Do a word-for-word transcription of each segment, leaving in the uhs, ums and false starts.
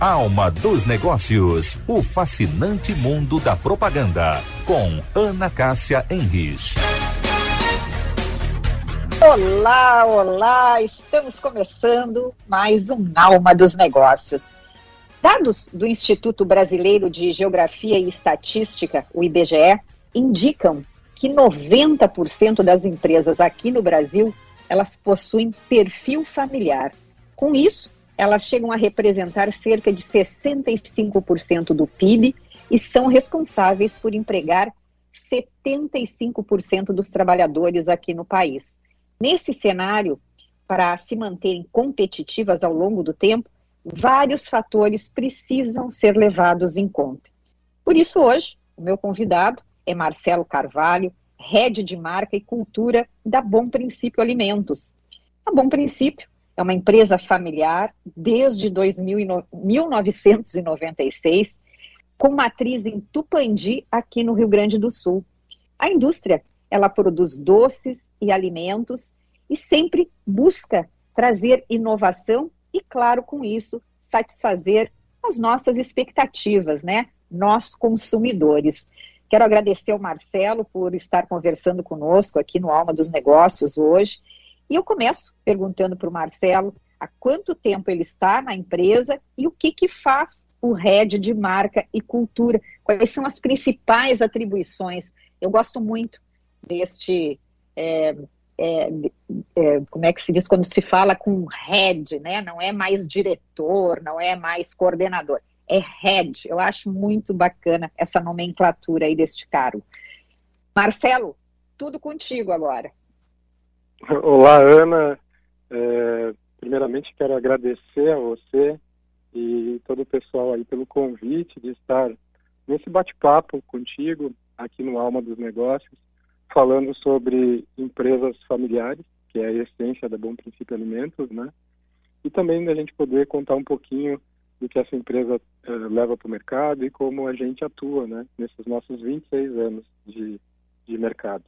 Alma dos Negócios, o fascinante mundo da propaganda, com Ana Cássia Henrich. Olá, olá, estamos começando mais um Alma dos Negócios. Dados do Instituto Brasileiro de Geografia e Estatística, o I B G E, indicam que noventa por cento das empresas aqui no Brasil, elas possuem perfil familiar. Com isso, elas chegam a representar cerca de sessenta e cinco por cento do P I B e são responsáveis por empregar setenta e cinco por cento dos trabalhadores aqui no país. Nesse cenário, para se manterem competitivas ao longo do tempo, vários fatores precisam ser levados em conta. Por isso, hoje, o meu convidado é Marcelo Carvalho, Head de Marca e Cultura da Bom Princípio Alimentos. A Bom Princípio é uma empresa familiar desde mil novecentos e noventa e seis, com matriz em Tupandi, aqui no Rio Grande do Sul. A indústria, ela produz doces e alimentos e sempre busca trazer inovação e, claro, com isso, satisfazer as nossas expectativas, né? Nós, consumidores. Quero agradecer ao Marcelo por estar conversando conosco aqui no Alma dos Negócios hoje. E eu começo perguntando para o Marcelo há quanto tempo ele está na empresa e o que, que faz o Head de Marca e Cultura. Quais são as principais atribuições? Eu gosto muito deste, é, é, é, como é que se diz quando se fala com Head, né? Não é mais diretor, não é mais coordenador, é Head. Eu acho muito bacana essa nomenclatura aí deste cargo. Marcelo, tudo contigo agora. Olá, Ana. É, primeiramente, quero agradecer a você e todo o pessoal aí pelo convite de estar nesse bate-papo contigo aqui no Alma dos Negócios, falando sobre empresas familiares, que é a essência da Bom Princípio Alimentos, né? E também da gente poder contar um pouquinho do que essa empresa é, leva para o mercado e como a gente atua, né, nesses nossos vinte e seis anos de, de mercado.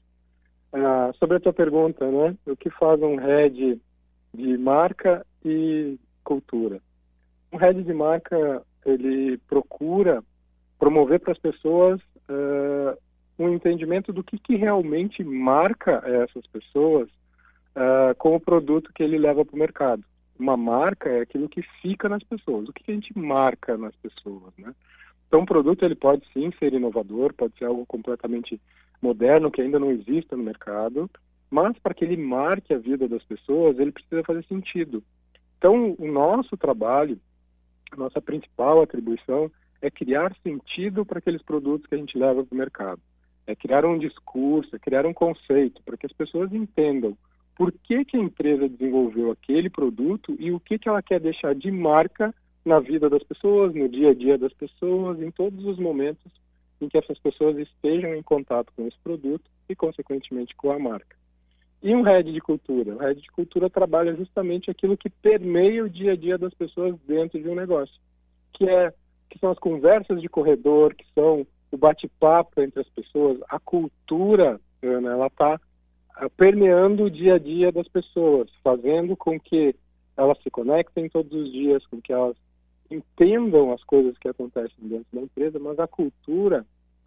Ah, sobre a tua pergunta, né? O que faz um head de marca e cultura? Um head de marca, ele procura promover para as pessoas uh, um entendimento do que, que realmente marca essas pessoas uh, com o produto que ele leva para o mercado. Uma marca é aquilo que fica nas pessoas. O que, que a gente marca nas pessoas, né? Então, um produto ele pode sim ser inovador, pode ser algo completamente moderno, que ainda não exista no mercado, mas para que ele marque a vida das pessoas, ele precisa fazer sentido. Então, o nosso trabalho, a nossa principal atribuição é criar sentido para aqueles produtos que a gente leva para o mercado. É criar um discurso, é criar um conceito, para que as pessoas entendam por que, que a empresa desenvolveu aquele produto e o que, que ela quer deixar de marca na vida das pessoas, no dia a dia das pessoas, em todos os momentos em que essas pessoas estejam em contato com esse produto e, consequentemente, com a marca. E um head de cultura? O head de cultura trabalha justamente aquilo que permeia o dia a dia das pessoas dentro de um negócio, que, é, que são as conversas de corredor, que são o bate-papo entre as pessoas. A cultura, Ana, ela está permeando o dia a dia das pessoas, fazendo com que elas se conectem todos os dias, com que elas entendam as coisas que acontecem dentro da empresa, mas a cultura,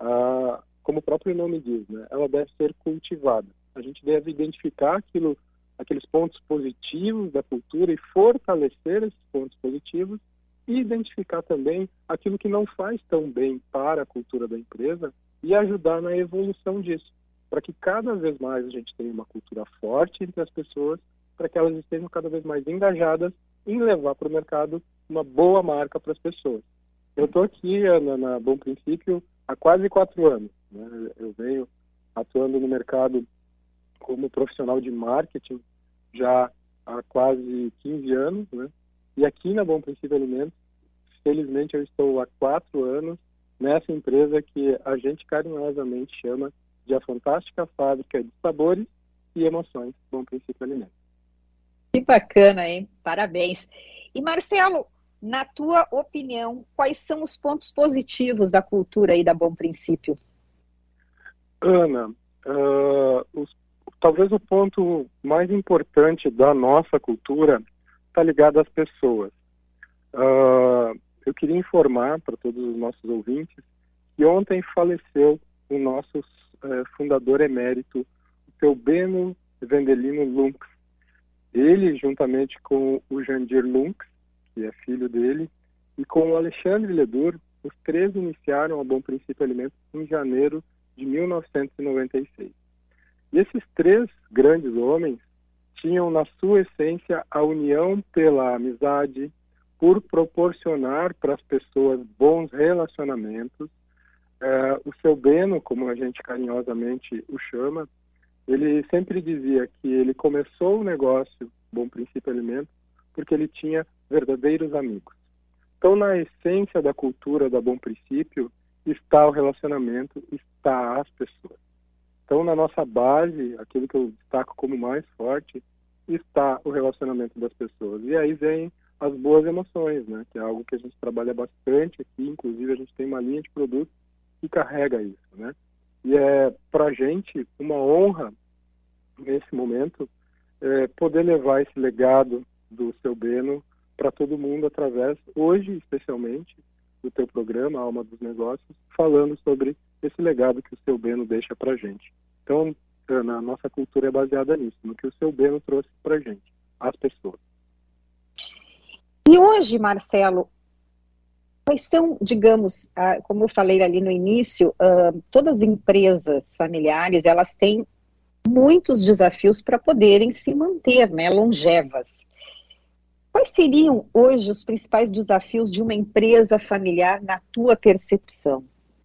ah, como o próprio nome diz, né, ela deve ser cultivada. A gente deve identificar aquilo, aqueles pontos positivos da cultura e fortalecer esses pontos positivos e identificar também aquilo que não faz tão bem para a cultura da empresa e ajudar na evolução disso, para que cada vez mais a gente tenha uma cultura forte entre as pessoas, para que elas estejam cada vez mais engajadas em levar para o mercado uma boa marca para as pessoas. Eu estou aqui na, na Bom Princípio há quase quatro anos. Né? Eu venho atuando no mercado como profissional de marketing já há quase quinze anos, né? E aqui na Bom Princípio Alimentos, felizmente eu estou há quatro anos nessa empresa que a gente carinhosamente chama de a fantástica fábrica de sabores e emoções Bom Princípio Alimentos. Que bacana, hein? Parabéns. E Marcelo, na tua opinião, quais são os pontos positivos da cultura aí da Bom Princípio? Ana, uh, os, talvez o ponto mais importante da nossa cultura está ligado às pessoas. Uh, eu queria informar para todos os nossos ouvintes que ontem faleceu o nosso eh, fundador emérito, o seu Beno Vendelino Lunx. Ele, juntamente com o Jandir Lunx, que é filho dele, e com o Alexandre Ledur, os três iniciaram a Bom Princípio Alimentos em janeiro de mil novecentos e noventa e seis. E esses três grandes homens tinham na sua essência a união pela amizade, por proporcionar para as pessoas bons relacionamentos. É, o seu Beno, como a gente carinhosamente o chama, ele sempre dizia que ele começou o negócio Bom Princípio Alimentos porque ele tinha verdadeiros amigos. Então, na essência da cultura da Bom Princípio está o relacionamento, está as pessoas. Então, na nossa base, aquilo que eu destaco como mais forte, está o relacionamento das pessoas. E aí vem as boas emoções, né? Que é algo que a gente trabalha bastante aqui, inclusive a gente tem uma linha de produtos que carrega isso, né? E é para a gente uma honra, nesse momento, é, poder levar esse legado do seu Beno para todo mundo através, hoje especialmente, do teu programa, Alma dos Negócios, falando sobre esse legado que o seu Beno deixa para a gente. Então, Ana, a nossa cultura é baseada nisso, no que o seu Beno trouxe para a gente, as pessoas. E hoje, Marcelo, quais são, digamos, ah, como eu falei ali no início, ah, todas as empresas familiares, elas têm muitos desafios para poderem se manter, né, longevas. Quais seriam hoje os principais desafios de uma empresa familiar na tua percepção?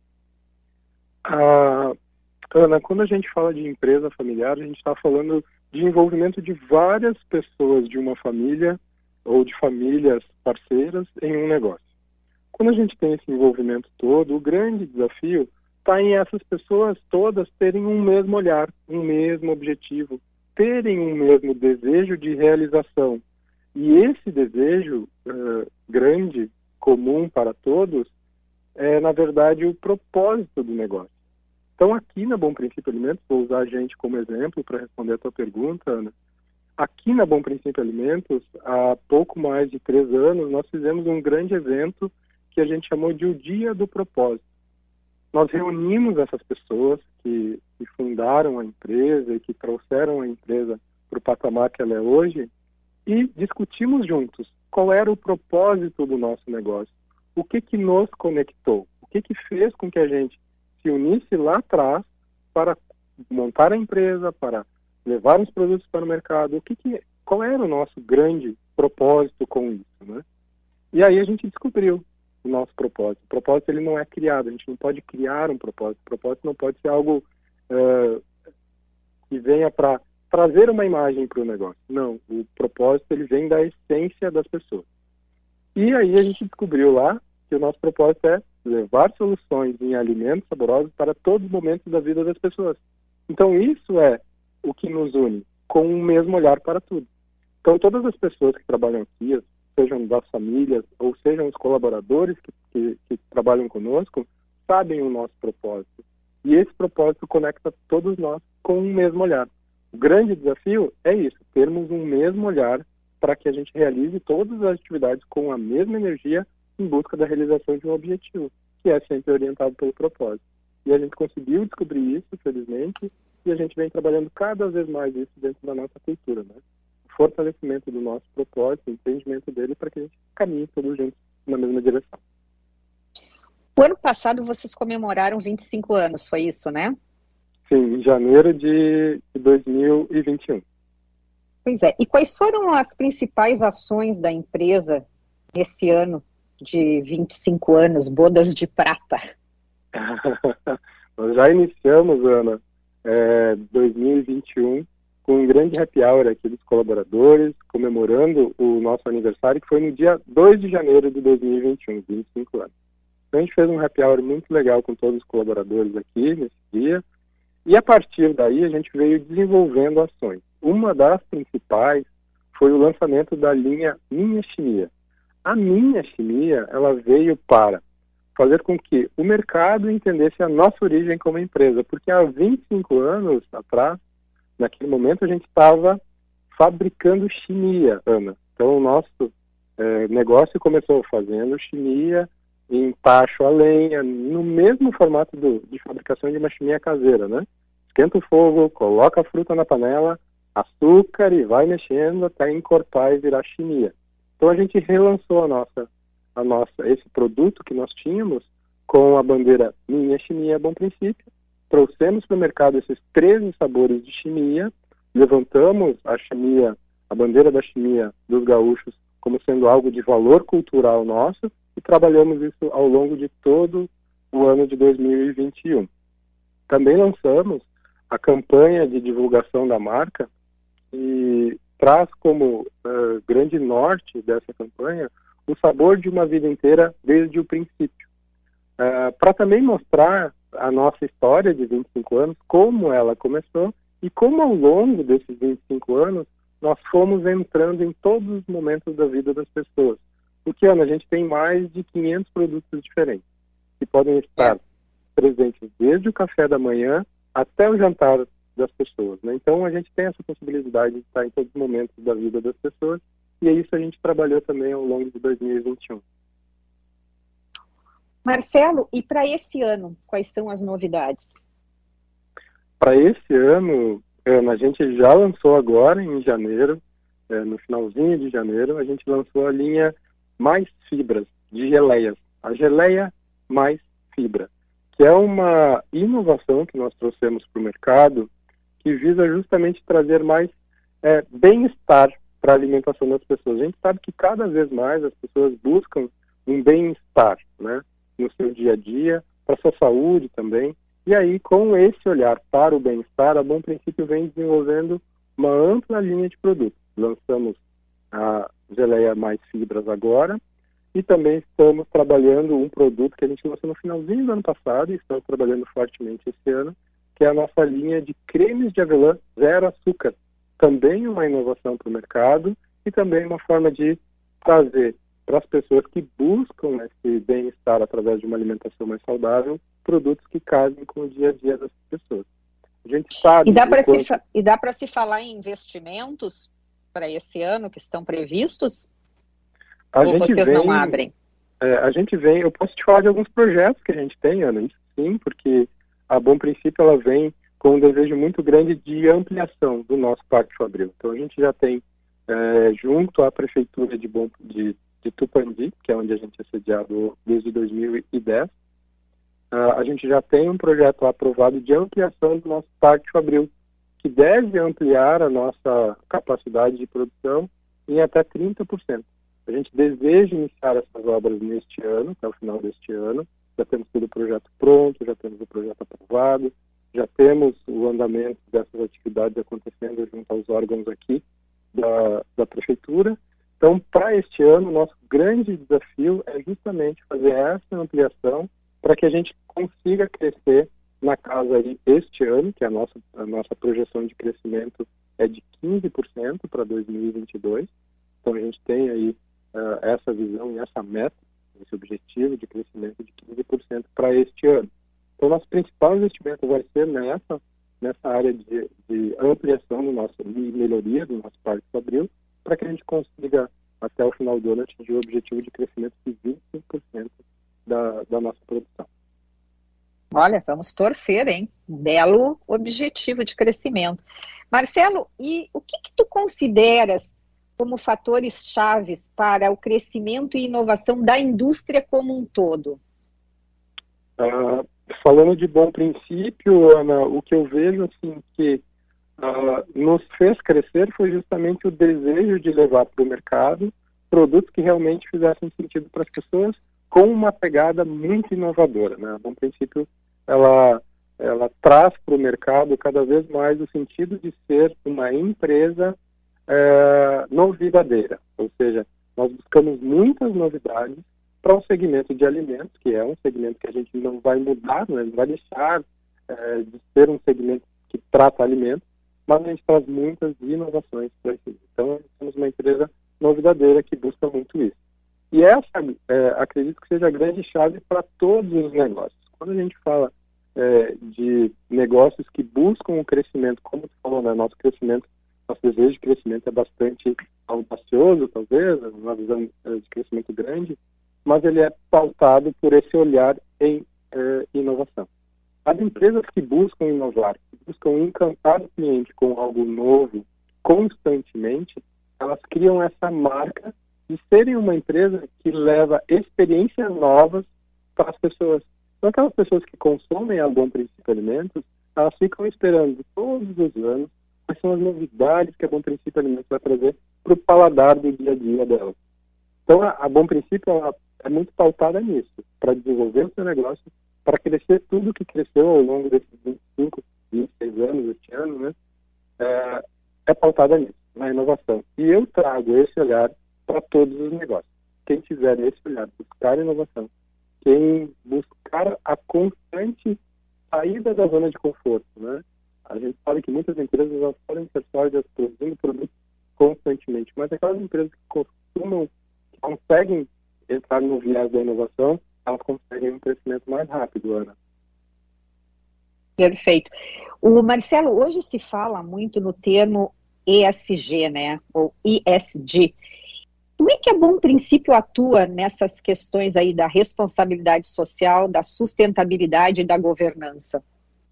Ah, Ana, quando a gente fala de empresa familiar, a gente está falando de envolvimento de várias pessoas de uma família ou de famílias parceiras em um negócio. Quando a gente tem esse envolvimento todo, o grande desafio está em essas pessoas todas terem um mesmo olhar, um mesmo objetivo, terem um mesmo desejo de realização. E esse desejo uh, grande, comum para todos, é, na verdade, o propósito do negócio. Então, aqui na Bom Princípio Alimentos, vou usar a gente como exemplo para responder a tua pergunta, Ana. Aqui na Bom Princípio Alimentos, há pouco mais de três anos, nós fizemos um grande evento que a gente chamou de o Dia do Propósito. Nós reunimos essas pessoas que, que fundaram a empresa e que trouxeram a empresa para o patamar que ela é hoje e discutimos juntos qual era o propósito do nosso negócio, o que que nos conectou, o que que fez com que a gente se unisse lá atrás para montar a empresa, para levar os produtos para o mercado, o que que, qual era o nosso grande propósito com isso, né? E aí a gente descobriu o nosso propósito. O propósito ele não é criado, a gente não pode criar um propósito. O propósito não pode ser algo uh, que venha para trazer uma imagem para o negócio. Não, o propósito ele vem da essência das pessoas. E aí a gente descobriu lá que o nosso propósito é levar soluções em alimentos saborosos para todos os momentos da vida das pessoas. Então isso é o que nos une, com o mesmo olhar para tudo. Então todas as pessoas que trabalham aqui, sejam das famílias ou sejam os colaboradores que, que, que trabalham conosco, sabem o nosso propósito. E esse propósito conecta todos nós com o mesmo olhar. O grande desafio é isso, termos um mesmo olhar para que a gente realize todas as atividades com a mesma energia em busca da realização de um objetivo, que é sempre orientado pelo propósito. E a gente conseguiu descobrir isso, felizmente, e a gente vem trabalhando cada vez mais isso dentro da nossa cultura, né? O fortalecimento do nosso propósito, o entendimento dele para que a gente caminhe todos juntos na mesma direção. O ano passado vocês comemoraram vinte e cinco anos, foi isso, né? Sim, em janeiro de dois mil e vinte e um. Pois é. E quais foram as principais ações da empresa nesse ano de vinte e cinco anos, Bodas de Prata? Nós já iniciamos, Ana, é, dois mil e vinte e um com um grande happy hour aqui dos colaboradores, comemorando o nosso aniversário, que foi no dia dois de janeiro de dois mil e vinte e um, vinte e cinco anos. Então a gente fez um happy hour muito legal com todos os colaboradores aqui nesse dia, e a partir daí a gente veio desenvolvendo ações. Uma das principais foi o lançamento da linha Minha Chimia. A Minha Chimia, ela veio para fazer com que o mercado entendesse a nossa origem como empresa, porque há vinte e cinco anos atrás, naquele momento a gente estava fabricando chimia, Ana. Então o nosso é, negócio começou fazendo chimia em tacho a lenha, no mesmo formato do, de fabricação de uma chimia caseira, né? Esquenta o fogo, coloca a fruta na panela, açúcar e vai mexendo até encorpar e virar chimia. Então a gente relançou a nossa, a nossa, esse produto que nós tínhamos com a bandeira Minha Chimia Bom Princípio, trouxemos para o mercado esses treze sabores de chimia, levantamos a chimia, a bandeira da chimia dos gaúchos como sendo algo de valor cultural nosso e trabalhamos isso ao longo de todo o ano de dois mil e vinte e um. Também lançamos a campanha de divulgação da marca e traz como uh, grande norte dessa campanha o sabor de uma vida inteira desde o princípio. Uh, para também mostrar a nossa história de vinte e cinco anos, como ela começou e como ao longo desses vinte e cinco anos nós fomos entrando em todos os momentos da vida das pessoas. Porque, Ana, a gente tem mais de quinhentos produtos diferentes que podem estar presentes desde o café da manhã até o jantar das pessoas, né? Então a gente tem essa possibilidade de estar em todos os momentos da vida das pessoas e é isso que a gente trabalhou também ao longo de dois mil e vinte e um. Marcelo, e para esse ano, quais são as novidades? Para esse ano, Ana, a gente já lançou agora em janeiro, é, no finalzinho de janeiro, a gente lançou a linha Mais Fibras, de geleias. A geleia Mais Fibra, que é uma inovação que nós trouxemos para o mercado, que visa justamente trazer mais é, bem-estar para a alimentação das pessoas. A gente sabe que cada vez mais as pessoas buscam um bem-estar, né, no seu dia a dia, para a sua saúde também. E aí, com esse olhar para o bem-estar, a Bom Princípio vem desenvolvendo uma ampla linha de produtos. Lançamos a geleia Mais Fibras agora e também estamos trabalhando um produto que a gente lançou no finalzinho do ano passado e estamos trabalhando fortemente esse ano, que é a nossa linha de cremes de avelã zero açúcar. Também uma inovação para o mercado e também uma forma de trazer para as pessoas que buscam esse bem-estar através de uma alimentação mais saudável, produtos que casem com o dia a dia das pessoas. A gente sabe... E dá para quanto... se, e dá para se falar em investimentos para esse ano que estão previstos? A Ou gente vocês vem, não abrem? É, a gente vem... Eu posso te falar de alguns projetos que a gente tem, Ana, isso sim, porque a Bom Princípio ela vem com um desejo muito grande de ampliação do nosso Parque Fabril. Então a gente já tem, é, junto à Prefeitura de, Bom, de, de Tupandi, que é onde a gente é sediado desde dois mil e dez, uh, a gente já tem um projeto aprovado de ampliação do nosso Parque Fabril, que deve ampliar a nossa capacidade de produção em até trinta por cento. A gente deseja iniciar essas obras neste ano, até o final deste ano. Já temos todo o projeto pronto, já temos o projeto aprovado, já temos o andamento dessas atividades acontecendo junto aos órgãos aqui da, da Prefeitura. Então, para este ano, o nosso grande desafio é justamente fazer essa ampliação para que a gente consiga crescer na casa aí este ano, que é a nossa, a nossa projeção de crescimento é de quinze por cento para dois mil e vinte e dois. Então, a gente tem aí uh, essa visão e essa meta, esse objetivo de crescimento de quinze por cento para este ano. Então, nosso principal investimento vai ser nessa, nessa área de, de ampliação do nosso, e melhoria do nosso Parque Fabril, para que a gente consiga, até o final do ano, atingir o objetivo de crescimento de vinte e cinco por cento da, da nossa produção. Olha, vamos torcer, hein? Um belo objetivo de crescimento. Marcelo, e o que, que tu consideras como fatores chaves para o crescimento e inovação da indústria como um todo? Uh, falando de Bom Princípio, Ana, o que eu vejo assim que uh, nos fez crescer foi justamente o desejo de levar para o mercado produtos que realmente fizessem sentido para as pessoas com uma pegada muito inovadora, né? A Bom Princípio, ela, ela traz para o mercado cada vez mais o sentido de ser uma empresa é, novidadeira, ou seja, nós buscamos muitas novidades para um segmento de alimentos, que é um segmento que a gente não vai mudar, né? Não vai deixar é, de ser um segmento que trata alimentos, mas a gente traz muitas inovações para isso. Então, nós somos uma empresa novidadeira que busca muito isso. E essa, é, acredito que seja a grande chave para todos os negócios. Quando a gente fala é, de negócios que buscam o crescimento, como tu falou, né, nosso crescimento, nosso desejo de crescimento é bastante audacioso, talvez, uma visão de crescimento grande, mas ele é pautado por esse olhar em eh, inovação. As empresas que buscam inovar, que buscam encantar o cliente com algo novo constantemente, elas criam essa marca de serem uma empresa que leva experiências novas para as pessoas. Então, aquelas pessoas que consomem a Bom Princípio Alimentos, elas ficam esperando todos os anos quais são as novidades que a Bom Princípio Alimentos vai trazer para o paladar do dia a dia delas. Então, a, a Bom Princípio ela é muito pautada nisso, para desenvolver o seu negócio, para crescer tudo que cresceu ao longo desses vinte e cinco, vinte e seis anos, este ano, né? É, é pautada nisso, na inovação. E eu trago esse olhar para todos os negócios. Quem tiver esse olhar, buscar inovação, quem buscar a constante saída da zona de conforto, né? A gente sabe que muitas empresas elas podem ser sólidas produzindo produtos constantemente, mas aquelas empresas que costumam, que conseguem entrar no viés da inovação, elas conseguem um crescimento mais rápido, Ana. Perfeito. O Marcelo, hoje se fala muito no termo E S G, né? Ou E S G. Como é que a Bom Princípio atua nessas questões aí da responsabilidade social, da sustentabilidade e da governança?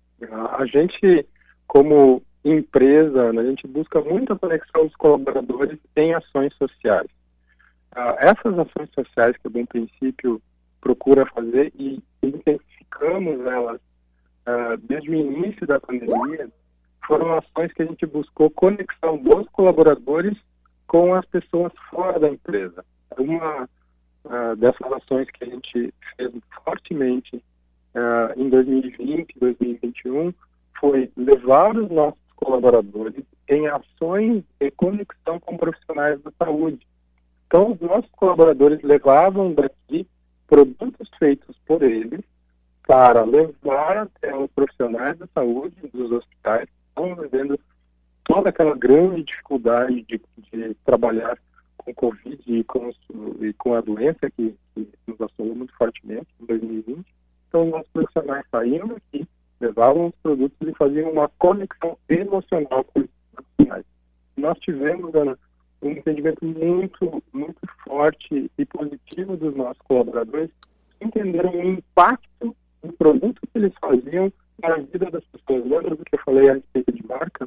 A gente, como empresa, a gente busca muita conexão dos colaboradores em ações sociais. Uh, essas ações sociais que o Bom Princípio procura fazer e intensificamos elas uh, desde o início da pandemia, foram ações que a gente buscou conexão dos colaboradores com as pessoas fora da empresa. Uma uh, dessas ações que a gente fez fortemente uh, em dois mil e vinte, dois mil e vinte e um, foi levar os nossos colaboradores em ações de conexão com profissionais da saúde. Então, os nossos colaboradores levavam daqui produtos feitos por eles para levar até os profissionais da saúde dos hospitais que estão vivendo toda aquela grande dificuldade de, de trabalhar com Covid e com, e com a doença que, que nos assolou muito fortemente em dois mil e vinte. Então, os nossos profissionais saíam daqui, levavam os produtos e faziam uma conexão emocional com os profissionais. Nós tivemos, Ana, um entendimento muito, muito forte e positivo dos nossos colaboradores, que entenderam o impacto do produto que eles faziam na vida das pessoas. Lembra do que eu falei a respeito de marca?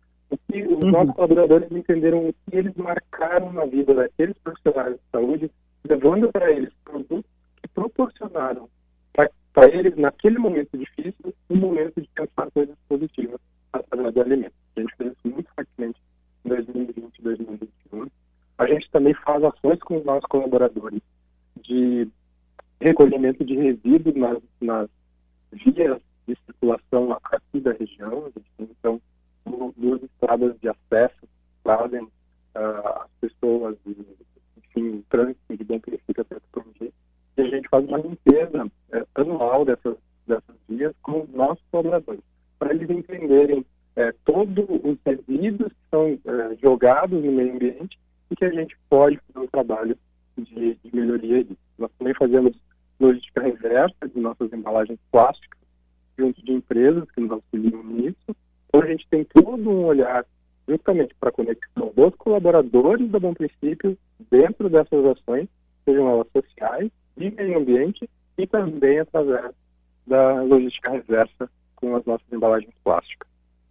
E os uhum. nossos colaboradores entenderam o que eles marcaram na vida daqueles profissionais de saúde, levando para eles produtos que proporcionaram para eles, naquele momento difícil, um momento de pensar coisas positivas através do alimento. A gente fez isso muito fortemente em dois mil e vinte e dois mil e vinte e um. A gente também faz ações com os nossos colaboradores de recolhimento de resíduos nas, nas vias de circulação aqui da região. A gente tem, então, duas estradas de acesso que trazem uh, as pessoas, enfim, o trânsito de Bom Princípio até Tupangi. E a gente faz uma limpeza uh, anual dessas, dessas vias com os nossos colaboradores, para eles entenderem uh, todos os resíduos que são uh, jogados no meio ambiente e que a gente pode fazer um trabalho de, de melhoria disso. Nós também fazemos logística reversa de nossas embalagens plásticas junto de empresas que nos auxiliam nisso. Então, a gente tem todo um olhar justamente para a conexão dos colaboradores da Bom Princípio dentro dessas ações, sejam elas sociais, de meio ambiente e também através da logística reversa com as nossas embalagens plásticas.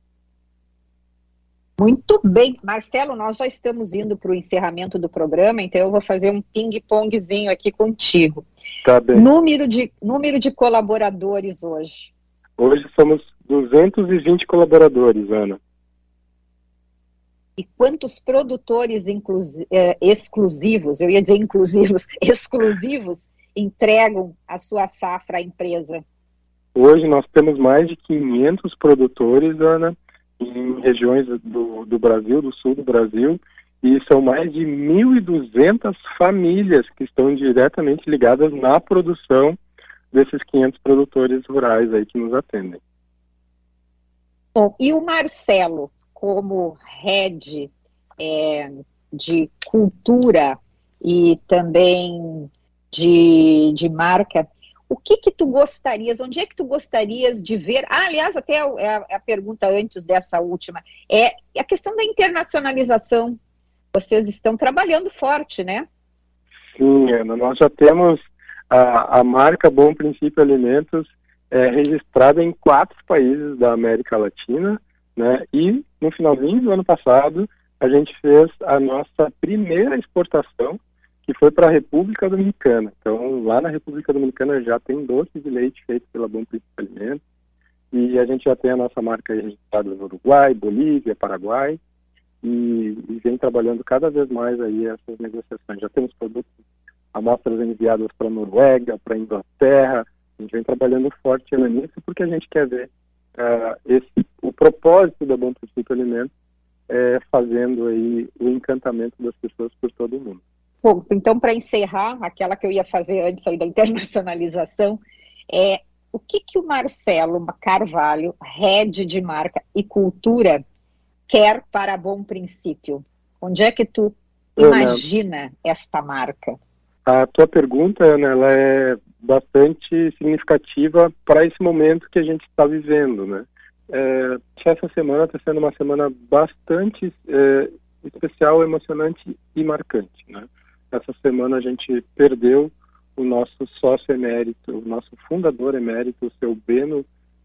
Muito bem. Marcelo, nós já estamos indo para o encerramento do programa, então eu vou fazer um ping-pongzinho aqui contigo. Tá bem. Número de, número de colaboradores hoje? Hoje somos duzentos e vinte colaboradores, Ana. E quantos produtores eh, exclusivos, eu ia dizer inclusivos, exclusivos, entregam a sua safra à empresa? Hoje nós temos mais de quinhentos produtores, Ana, em regiões do, do Brasil, do sul do Brasil, e são mais de mil e duzentas famílias que estão diretamente ligadas na produção desses quinhentos produtores rurais aí que nos atendem. Bom, e o Marcelo, como head é, de cultura e também de, de marca, o que que tu gostarias, onde é que tu gostarias de ver? Ah, aliás, até a, a pergunta antes dessa última, é a questão da internacionalização Vocês estão trabalhando forte, né? Sim, Ana, nós já temos a, a marca Bom Princípio Alimentos é, registrada em quatro países da América Latina, né? E no finalzinho do ano passado a gente fez a nossa primeira exportação, que foi para a República Dominicana. Então, lá na República Dominicana já tem doce de leite feito pela Bom Princípio Alimentos, e a gente já tem a nossa marca registrada no Uruguai, Bolívia, Paraguai, e, e vem trabalhando cada vez mais aí essas negociações. Já temos produtos, amostras enviadas para a Noruega, para a Inglaterra. A gente vem trabalhando forte nisso porque a gente quer ver uh, esse, o propósito da Bom Princípio Alimentos é, fazendo aí o encantamento das pessoas por todo o mundo. Bom, então, para encerrar, aquela que eu ia fazer antes aí da internacionalização, é o que, que o Marcelo Carvalho, head de marca e cultura, quer para Bom Princípio? Onde é que tu imagina Ana, esta marca? A tua pergunta, Ana, ela é bastante significativa para esse momento que a gente está vivendo, né? É, essa semana está sendo uma semana bastante é, especial, emocionante e marcante, né? Essa semana a gente perdeu o nosso sócio emérito, o nosso fundador emérito, o seu Beno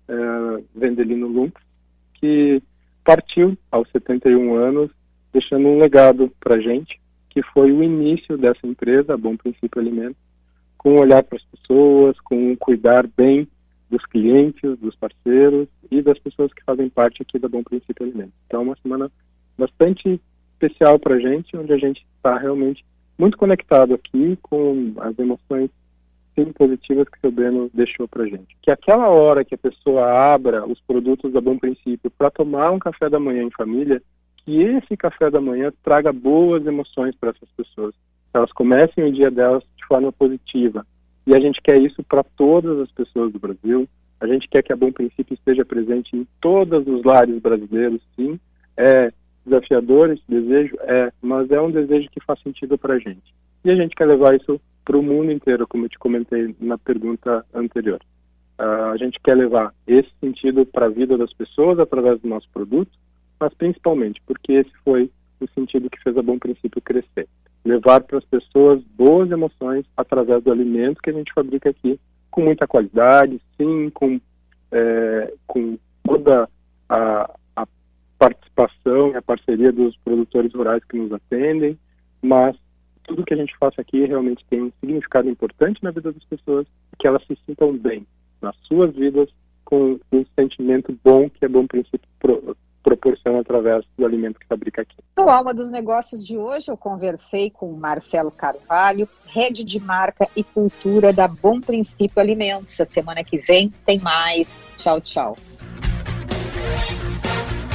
é, Vendelino Lux, que partiu aos setenta e um anos, deixando um legado para a gente, que foi o início dessa empresa, a Bom Princípio Alimentos, com um olhar para as pessoas, com um cuidar bem dos clientes, dos parceiros e das pessoas que fazem parte aqui da Bom Princípio Alimentos. Então, é uma semana bastante especial para a gente, onde a gente está realmente muito conectado aqui com as emoções sim positivas que o seu Beno deixou para a gente. Que aquela hora que a pessoa abra os produtos da Bom Princípio para tomar um café da manhã em família, que esse café da manhã traga boas emoções para essas pessoas. Elas comecem o dia delas de forma positiva. E a gente quer isso para todas as pessoas do Brasil. A gente quer que a Bom Princípio esteja presente em todos os lares brasileiros, sim. É desafiador esse desejo? É, mas é um desejo que faz sentido para a gente. E a gente quer levar isso para o mundo inteiro, como eu te comentei na pergunta anterior. Uh, a gente quer levar esse sentido para a vida das pessoas através do nosso produto, mas principalmente porque esse foi o sentido que fez a Bom Princípio crescer. Levar para as pessoas boas emoções através do alimento que a gente fabrica aqui, com muita qualidade, sim, com, é, com toda a, a participação e a parceria dos produtores rurais que nos atendem, mas tudo que a gente faz aqui realmente tem um significado importante na vida das pessoas, que elas se sintam bem nas suas vidas, com um sentimento bom que a Bom Princípio pro, proporciona através do alimento que fabrica aqui. No Alma dos Negócios de hoje, eu conversei com o Marcelo Carvalho, head de marca e cultura da Bom Princípio Alimentos. A semana que vem tem mais. Tchau, tchau.